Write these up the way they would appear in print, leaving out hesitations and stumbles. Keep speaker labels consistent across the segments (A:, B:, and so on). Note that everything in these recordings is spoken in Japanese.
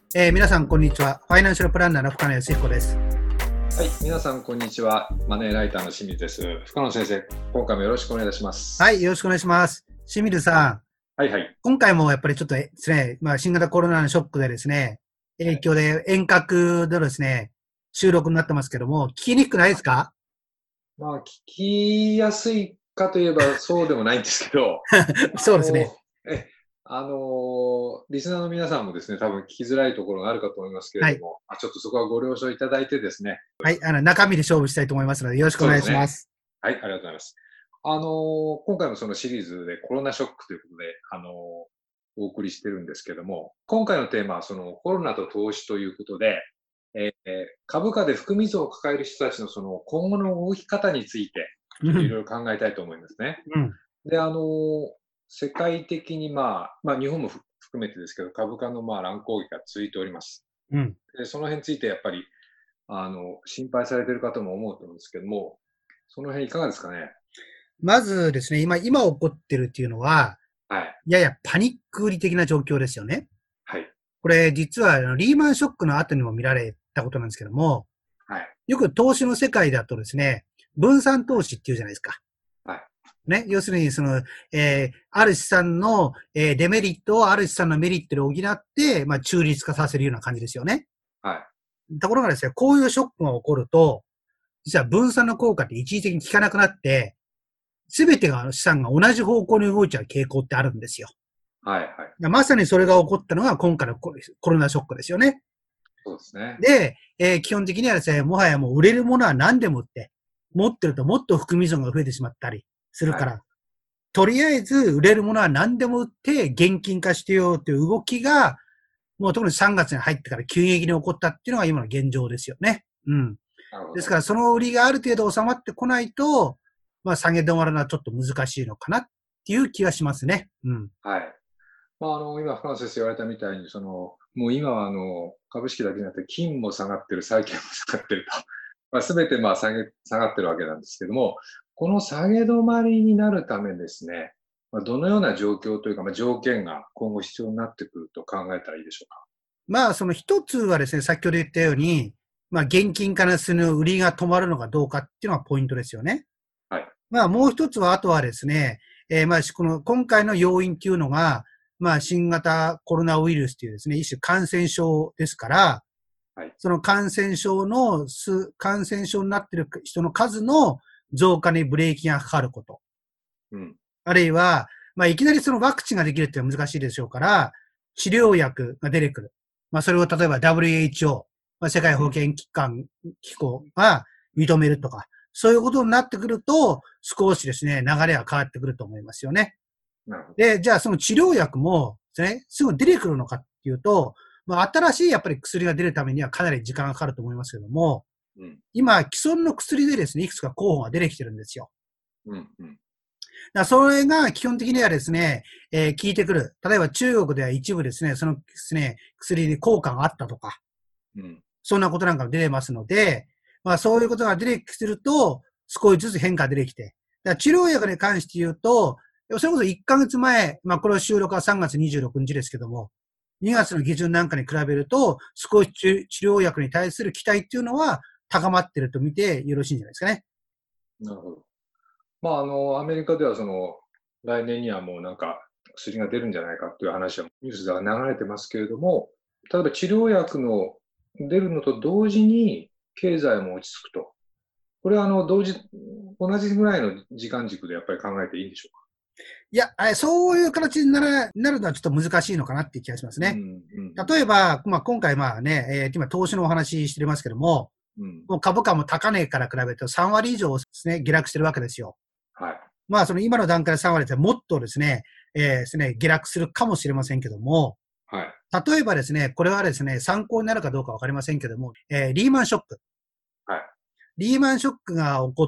A: 皆さん、こんにちは。ファイナンシャルプランナーの深野康彦です。
B: はい、皆さんこんにちは。マネーライターの清水です。深野先生、今回もよろしくお願いいたします。
A: はい、よろしくお願いします。清水さん。
B: はいはい。
A: 今回もやっぱりちょっとですね、新型コロナのショックでですね、影響で遠隔でですね、収録になってますけども、聞きにくくないですか？
B: 聞きやすいかといえばそうでもないんですけど、
A: そう
B: あ
A: ですね。
B: の、え、リスナーの皆さんもですね、多分聞きづらいところがあるかと思いますけれ
A: はい。
B: ども、ちょっとそこはご了承いただいてですね。
A: はい、中身で勝負したいと思いますので、よろしくお
B: そうですね。
A: 願いします。
B: はい、ありがとうございます。今回もそのシリーズでコロナショックということで、お送りしてるんですけども、今回のテーマはそのコロナと投資ということで、株価で含み損を抱える人たちのその今後の動き方について、ちょっとい
A: うん。
B: ろいろ考えたいと思いますね。
A: うん。
B: で、世界的に日本も含めてですけど、株価の乱高下が続いております。
A: うん。
B: で、その辺についてやっぱり、心配されている方も思うと思うんですけども、その辺いかがですかね。
A: まずですね、今起こってるっていうのは、
B: はい。
A: ややパニック売り的な状況ですよね。
B: はい。
A: これ、実はリーマンショックの後にも見られたことなんですけども、
B: はい。
A: よく投資の世界だとですね、分散投資っていうじゃないですか。
B: はい。
A: ね。要するに、ある資産の、デメリットをある資産のメリットで補って、中立化させるような感じですよね。
B: はい。
A: ところがですね、こういうショックが起こると、実は分散の効果って一時的に効かなくなって、すべてが資産が同じ方向に動いちゃう傾向ってあるんですよ。
B: はい。はい。
A: まさにそれが起こったのが今回のコロナショックですよね。
B: そうですね。
A: で、基本的にはですね、もはやもう売れるものは何でも売って、持ってるともっと含み損が増えてしまったりする
B: はい。
A: から、とりあえず売れるものは何でも売って現金化してようという動きが、もう特に3月に入ってから急激に起こったっていうのが今の現状ですよね。うん。
B: なるほど。
A: ですからその売りがある程度収まってこないと、下げ止まるのはちょっと難しいのかなっていう気がしますね。うん。
B: はい。今、深野先生言われたみたいに、もう今は株式だけじゃなくて、金も下がってる、債券も下がってると。すべて下がってるわけなんですけども、この下げ止まりになるためですね、どのような状況というか、条件が今後必要になってくると考えたらいいでしょうか。
A: その一つはですね、先ほど言ったように、現金化する売りが止まるのかどうかっていうのがポイントですよね。
B: はい。
A: もう一つは、あとはですね、この今回の要因っていうのが、新型コロナウイルスというですね、一種感染症ですから、
B: はい。
A: その感染症になっている人の数の増加にブレーキがかかること。
B: うん。
A: あるいは、いきなりそのワクチンができるっていうのは難しいでしょうから、治療薬が出てくる。それを例えば WHO、世界保健機構が認めるとか、そういうことになってくると、少しですね、流れは変わってくると思いますよね。
B: なるほど。
A: で、じゃあその治療薬もですね、すぐ出てくるのかっていうと、新しいやっぱり薬が出るためにはかなり時間がかかると思いますけども、
B: うん。
A: 今、既存の薬でですね、いくつか候補が出てきてるんですよ。
B: うん。うん。
A: それが基本的にはですね、効いてくる。例えば中国では一部ですね、そのですね、薬に効果があったとか、
B: うん。
A: そんなことなんかも出てますので、そういうことが出てくると、少しずつ変化が出てきて。治療薬に関して言うと、それこそ1ヶ月前、これ収録は3月26日ですけども、2
B: はい。
A: 月の下旬なんかに比べると、少し治療薬に対する期待っていうのは高まっていると見てよろしいんじゃないですかね。
B: なるほど。アメリカでは来年にはもう薬が出るんじゃないかという話はニュースでは流れてますけれども、例えば治療薬の出るのと同時に経済も落ち着くと。これは同じぐらいの時間軸でやっぱり考えていいんでしょうか。
A: いや、そういう形になるのはちょっと難しいのかなっていう気がしますね。
B: うん、うん、
A: 例えば、今回今投資のお話してますけども、
B: うん。
A: もう株価も高値から比べると3割以上ですね、下落してるわけですよ。
B: はい。
A: その今の段階で3割でもっとですね、下落するかもしれませんけども、
B: はい。
A: 例えばですね、これはですね、参考になるかどうかわかりませんけども、リーマンショック。
B: はい。
A: リーマンショックが起こって、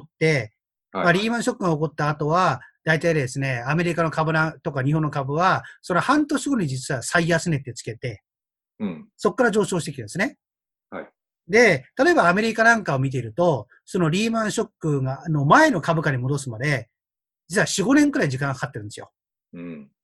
B: はい。
A: リーマンショックが起こった後は、大体ですね、アメリカの株とか日本の株は、その半年後に実は最安値ってつけて、
B: うん。
A: そこから上昇してきてるんですね。
B: はい。
A: で、例えばアメリカなんかを見ていると、そのリーマンショック前の株価に戻すまで、実は4、5年くらい時間がかかってるんですよ。
B: うん。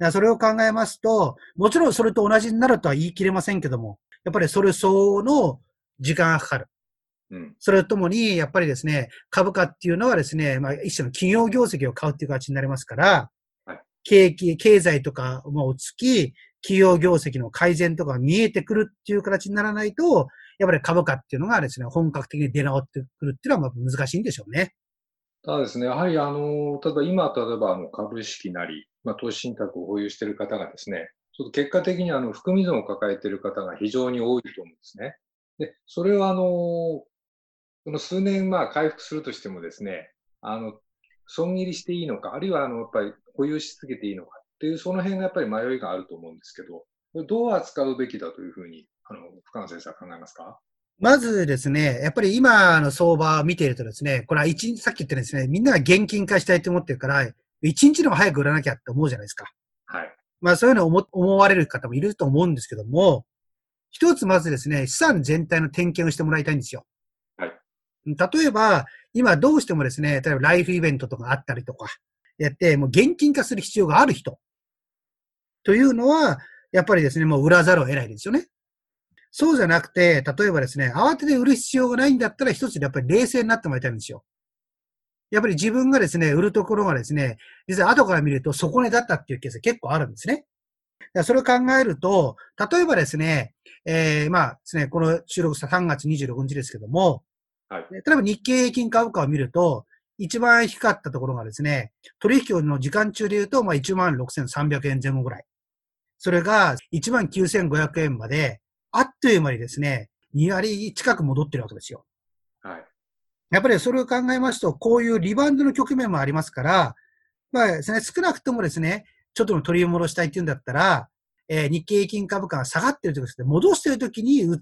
A: それを考えますと、もちろんそれと同じになるとは言い切れませんけども、やっぱりそれ相応の時間がかかる。
B: うん。
A: それともに、やっぱりですね、株価っていうのはですね、一種の企業業績を買うっていう形になりますから、
B: はい。
A: 経済とかも落ち着き、企業業績の改善とかが見えてくるっていう形にならないと、やっぱり株価っていうのがですね、本格的に出直ってくるっていうのは難しいんでしょうね。
B: ただですね、やはり例えば株式なり、投資信託を保有している方がですね、ちょっと結果的に含み損を抱えている方が非常に多いと思うんですね。で、それはこの数年回復するとしてもですね、あの、損切りしていいのか、あるいはやっぱり保有し続けていいのかっていう、その辺がやっぱり迷いがあると思うんですけど、これどう扱うべきだというふうに、深野先生は考えますか？
A: まずですね、やっぱり今の相場を見ているとですね、これは一日、さっき言ったですね、みんなが現金化したいと思ってるから、一日でも早く売らなきゃって思うじゃないですか。
B: はい。
A: そういうのを思われる方もいると思うんですけども、一つまずですね、資産全体の点検をしてもらいたいんですよ。
B: はい。
A: 例えば、今どうしてもですね、例えばライフイベントとかあったりとか、やって、もう現金化する必要がある人というのは、やっぱりですね、もう売らざるを得ないですよね。そうじゃなくて、例えばですね、慌てて売る必要がないんだったら一つやっぱり冷静になってもらいたいんですよ。やっぱり自分がですね、売るところがですね、実は後から見ると底値だったっていうケースが結構あるんですね。それを考えると、例えばですね、ですね、この収録した3月26日ですけども、
B: はい。
A: 例えば日経平均株価を見ると、一番低かったところがですね、取引の時間中で言うと、16,300円前後ぐらい。それが19,500円まで、あっという間にですね、2割近く戻ってるわけですよ。
B: はい。
A: やっぱりそれを考えますと、こういうリバウンドの局面もありますから、ですね、少なくともですね、ちょっとでも取り戻したいっていうんだったら、日経平均株価が下がってるときですね、戻してるときに売って、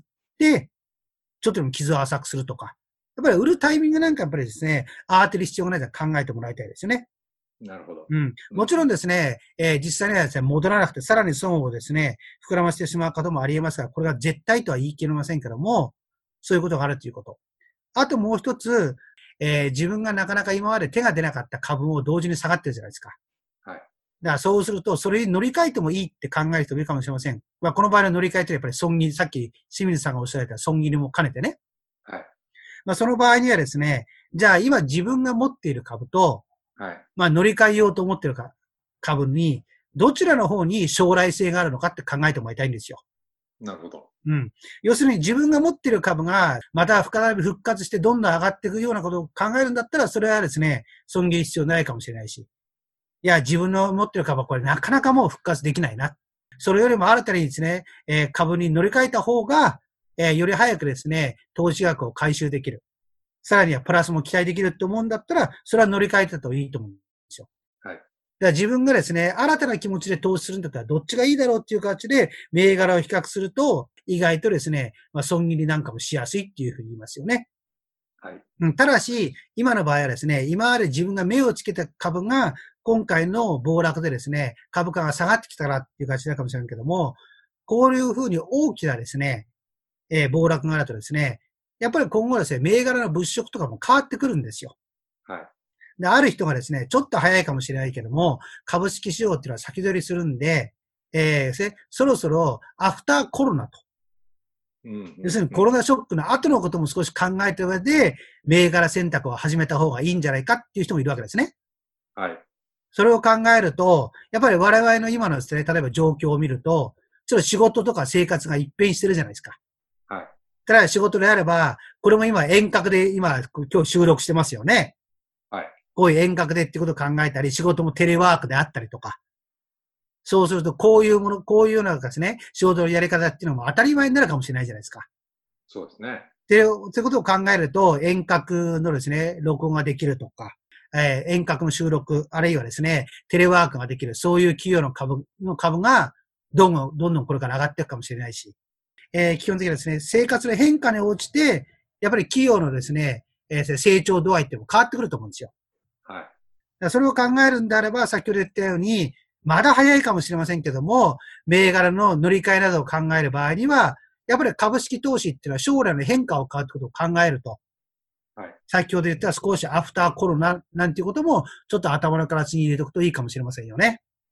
A: ちょっとでも傷を浅くするとか。やっぱり売るタイミングなんかやっぱりですね、慌てる必要がないと考えてもらいたいですよね。
B: なるほど。
A: うん。
B: うん。
A: もちろんですね、実際にはですね、戻らなくて、さらに損をですね、膨らませてしまうこともあり得ますが、これが絶対とは言い切れませんけども、そういうことがあるということ。あともう一つ、自分がなかなか今まで手が出なかった株も同時に下がってるじゃないですか。
B: はい。
A: だからそうすると、それに乗り換えてもいいって考える人もいるかもしれません。この場合の乗り換えってやっぱり損切り、さっき清水さんがおっしゃられた損切りも兼ねてね。
B: はい。
A: その場合にはですね、じゃあ今自分が持っている株と、
B: はい。
A: 乗り換えようと思っている株に、どちらの方に将来性があるのかって考えてもらいたいんですよ。
B: なるほど。
A: うん。要するに自分が持っている株がまた再び復活してどんどん上がっていくようなことを考えるんだったら、それはですね、損切り必要ないかもしれないし。いや、自分の持っている株はこれなかなかもう復活できないな。それよりも新たにですね、株に乗り換えた方が、より早くですね、投資額を回収できる。さらにはプラスも期待できるって思うんだったら、それは乗り換えたといいと思うんですよ。
B: はい。
A: だから自分がですね、新たな気持ちで投資するんだったらどっちがいいだろうっていう形で銘柄を比較すると、意外とですね、損切りなんかもしやすいっていうふうに言いますよね。
B: はい。
A: ただし、今の場合はですね、今まで自分が目をつけた株が、今回の暴落でですね、株価が下がってきたらっていう感じだかもしれないけども、こういうふうに大きなですね、暴落があるとですね、やっぱり今後ですね、銘柄の物色とかも変わってくるんですよ。
B: はい。
A: で、ある人がですね、ちょっと早いかもしれないけども、株式市場っていうのは先取りするんで、そろそろアフターコロナと。
B: うん。うん。
A: 要するに
B: うん。
A: コロナショックの後のことも少し考えた上で、銘柄選択を始めた方がいいんじゃないかっていう人もいるわけですね。
B: はい。
A: それを考えると、やっぱり我々の今のですね、例えば状況を見ると、ちょっと仕事とか生活が一変してるじゃないですか。
B: はい。
A: ただ仕事であれば、これも今遠隔で今収録してますよね。
B: はい。
A: こういう遠隔でってことを考えたり、仕事もテレワークであったりとか。そうすると、こういうもの、こういうようなですね、仕事のやり方っていうのも当たり前になるかもしれないじゃないですか。
B: そうですね。
A: そういうことを考えると、遠隔のですね、録音ができるとか、遠隔の収録、あるいはですね、テレワークができる、そういう企業の株が、どんどんこれから上がっていくかもしれないし、基本的にはですね、生活の変化に応じて、やっぱり企業のですね、成長度合いっても変わってくると思うんですよ。
B: はい。
A: それを考えるんであれば、先ほど言ったように、まだ早いかもしれませんけども、銘柄の乗り換えなどを考える場合には、やっぱり株式投資っていうのは将来の変化を変わっていくことを考えると、
B: はい。
A: 先ほど言った少しアフターコロナなんていうことも、ちょっと頭の形に入れておくといいかもしれませんよね。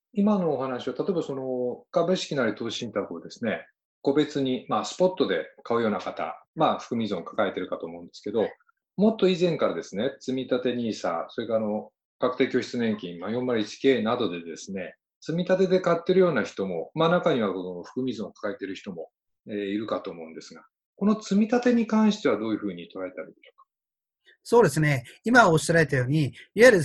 B: 今のお話は、例えばその株式なり投資信託をですね、個別に、スポットで買うような方、含み損を抱えているかと思うんですけど、もっと以前からですね、積立 NISA、それから確定拠出年金、401K などでですね、積み立てで買ってるような人も、中にはこの含み損を抱えている人も、いるかと思うんですが、この積み立てに関してはどういうふうに捉えたらいいでしょう
A: そうですね。今おっしゃられたように、いわゆる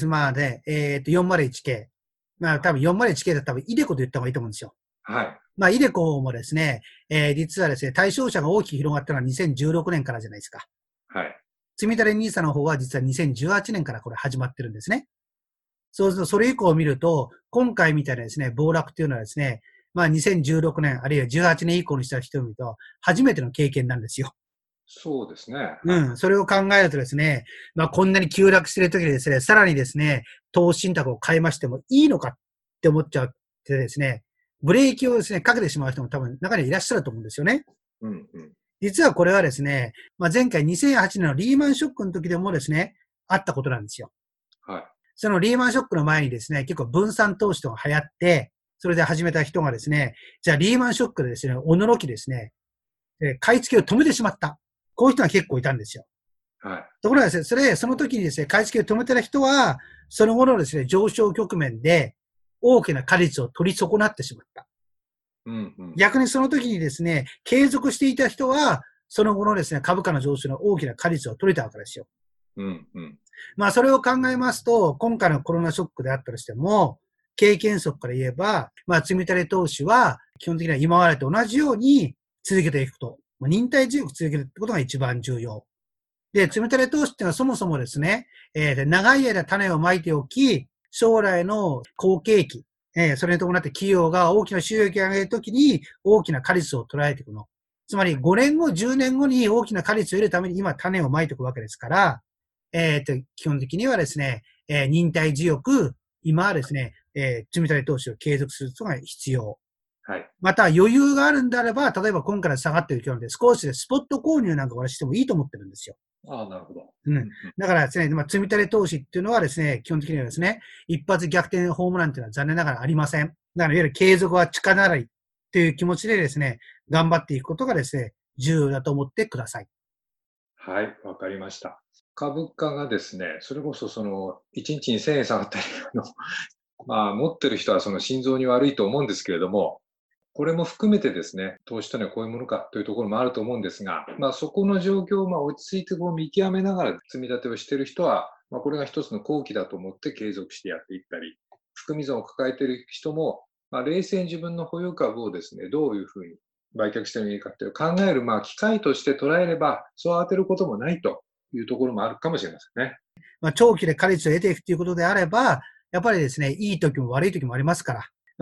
A: 401K。多分 401K だったらイデコと言った方がいいと思うんですよ。
B: か。はい。
A: イデコもですね、実はですね、対象者が大きく広がったのは2016年からじゃないですか。
B: はい。
A: 積み立て NISA の方は実は2018年からこれ始まってるんですね。そうすると、それ以降を見ると、今回みたいなですね、暴落っていうのはですね、2016年、あるいは18年以降にした人を見ると、初めての経験なんですよ。
B: そうですね。
A: うん。それを考えるとですね、こんなに急落している時にですね、さらにですね、投資信託を買いましてもいいのかって思っちゃってですね、ブレーキをですね、かけてしまう人も多分中にはいらっしゃると思うんですよね。
B: うんうん。
A: 実はこれはですね、前回2008年のリーマンショックの時でもですね、あったことなんですよ。
B: はい。
A: そのリーマンショックの前にですね、結構分散投資とか流行って、それで始めた人がですね、じゃあリーマンショックでですね、驚きですね、買い付けを止めてしまった。こういう人が結構いたんですよ。
B: はい。
A: ところがですね、その時にですね、買い付けを止めてた人は、その後のですね、上昇局面で大きな果実を取り損なってしまった。
B: うんうん。
A: 逆にその時にですね、継続していた人は、その後のですね、株価の上昇の大きな果実を取れたわけですよ。
B: うんうん。
A: それを考えますと、今回のコロナショックであったとしても、経験則から言えば、積み立て投資は、基本的には今までと同じように続けていくと。忍耐強く続けるってことが一番重要。で、積み立て投資っていうのはそもそもですね、長い間種をまいておき、将来の好景気、それに伴って企業が大きな収益を上げるときに大きな果実を捉えていくの。つまり5年後、10年後に大きな果実を得るために今種をまいていくわけですから、基本的にはですね、忍耐強く、今はですね、積み立て投資を継続することが必要。
B: はい。
A: また余裕があるんであれば、例えば今から下がっている今日で少しでスポット購入なんかはしてもいいと思ってるんですよ。
B: ああ、なるほど。
A: うん。だからですね、積み立て投資っていうのはですね、基本的にはですね、一発逆転ホームランっていうのは残念ながらありません。だからいわゆる継続は力なりという気持ちでですね、頑張っていくことがですね、重要だと思ってください。
B: はい、わかりました。株価がですね、それこそ1日に1000円下がったり、持ってる人はその心臓に悪いと思うんですけれども、これも含めてですね、投資というのはこういうものかというところもあると思うんですが、そこの状況を落ち着いて見極めながら積み立てをしている人は、これが一つの好機だと思って継続してやっていったり、含み損を抱えている人も、冷静に自分の保有株をですね、どういうふうに売却してもいいかという考える、機会として捉えれば、そう当てることもないというところもあるかもしれませんね。
A: 長期で果実を得ていくということであれば、やっぱりですね、いい時も悪い時もありますから、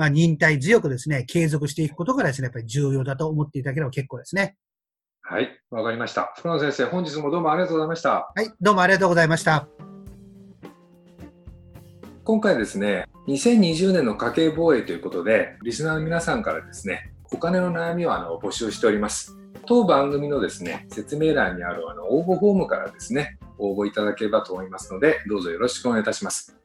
A: 忍耐強くですね、継続していくことがですね、やっぱり重要だと思っていただければ結構ですね。
B: はい、わかりました。福野先生、本日もどうもありがとうございました。
A: はい、どうもありがとうございました。
B: 今回ですね、2020年の家計防衛ということで、リスナーの皆さんからですね、お金の悩みを募集しております。当番組のですね、説明欄にある応募フォームからですね、応募いただければと思いますので、どうぞよろしくお願いいたします。